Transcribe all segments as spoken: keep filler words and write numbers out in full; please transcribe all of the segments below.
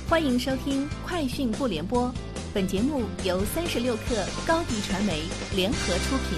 欢迎收听快讯不联播，本节目由三十六克高迪传媒联合出品。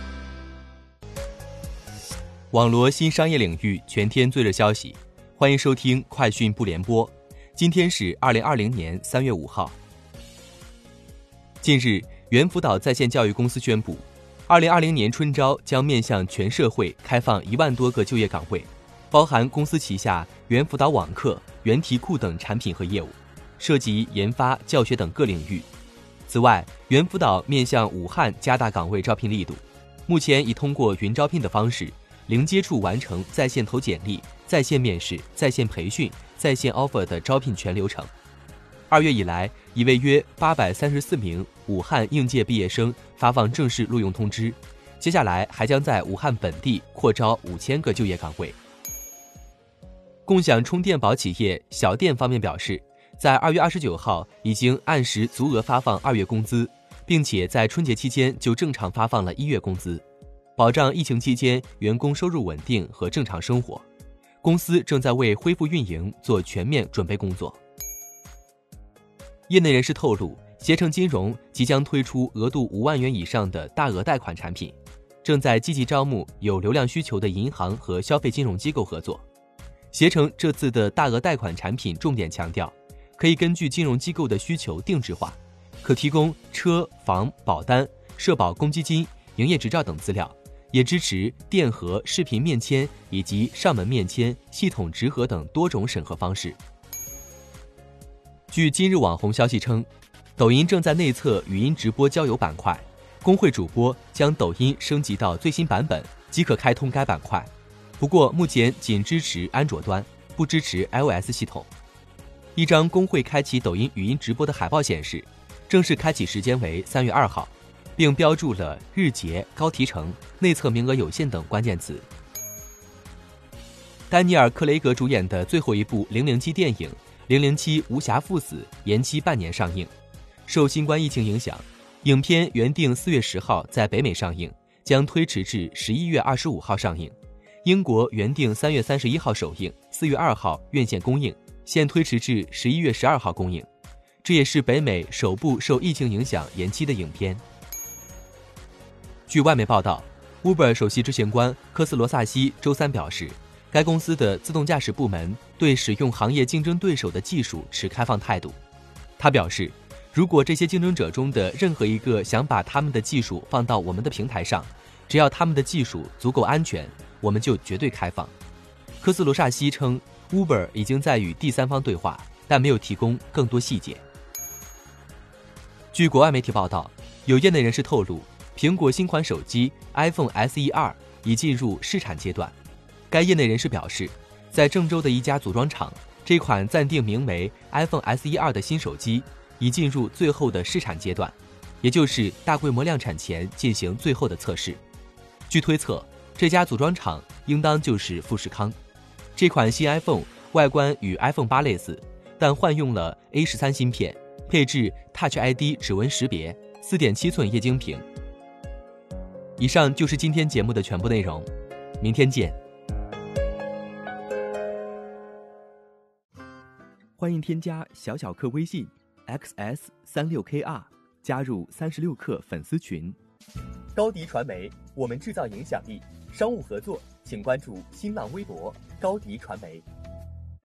网罗新商业领域全天最热消息，欢迎收听快讯不联播。今天是二零二零年三月五号。近日，猿辅导在线教育公司宣布，二零二零年春招将面向全社会开放一万多个就业岗位，包含公司旗下猿辅导网课、猿题库等产品和业务，涉及研发、教学等各领域。此外，猿辅导面向武汉加大岗位招聘力度，目前已通过云招聘的方式，零接触完成在线投简历、在线面试、在线培训、在线 offer 的招聘全流程。二月以来，已为约八百三十四名武汉应届毕业生发放正式录用通知，接下来还将在武汉本地扩招五千个就业岗位。共享充电宝企业小电方面表示，在二月二十九号已经按时足额发放二月工资，并且在春节期间就正常发放了一月工资，保障疫情期间员工收入稳定和正常生活。公司正在为恢复运营做全面准备工作。业内人士透露，携程金融即将推出额度五万元以上的大额贷款产品，正在积极招募有流量需求的银行和消费金融机构合作。携程这次的大额贷款产品重点强调，可以根据金融机构的需求定制化，可提供车、房、保单、社保公积金、营业执照等资料，也支持电核、视频面签以及上门面签、系统直核等多种审核方式。据今日网红消息称，抖音正在内测语音直播交友板块，公会主播将抖音升级到最新版本即可开通该板块，不过目前仅支持安卓端，不支持 iOS 系统。一张公会开启抖音语音直播的海报显示，正式开启时间为三月二号，并标注了日结、高提成、内测名额有限等关键词。丹尼尔·克雷格主演的最后一部零零七电影《零零七无暇赴死》延期半年上映。受新冠疫情影响，影片原定四月十号在北美上映，将推迟至十一月二十五号上映。英国原定三月三十一号首映，四月二号院线公映，现推迟至十一月十二号公映。这也是北美首部受疫情影响延期的影片。据外媒报道， Uber 首席执行官科斯罗萨西周三表示，该公司的自动驾驶部门对使用行业竞争对手的技术持开放态度。他表示，如果这些竞争者中的任何一个想把他们的技术放到我们的平台上，只要他们的技术足够安全，我们就绝对开放。科斯罗萨西称， Uber 已经在与第三方对话，但没有提供更多细节。据国外媒体报道，有业内人士透露，苹果新款手机 iPhone S E 二已进入试产阶段。该业内人士表示，在郑州的一家组装厂，这款暂定名为 iPhone S E 二的新手机已进入最后的试产阶段，也就是大规模量产前进行最后的测试。据推测，这家组装厂应当就是富士康。这款新 iPhone 外观与 iPhone 八类似，但换用了 A 十三 芯片，配置 Touch I D 指纹识别， 四点七寸液晶屏。以上就是今天节目的全部内容，明天见。欢迎添加小小客微信 X S 三六 K R， 加入三十六课粉丝群。高迪传媒，我们制造影响力。商务合作请关注新浪微博高迪传媒。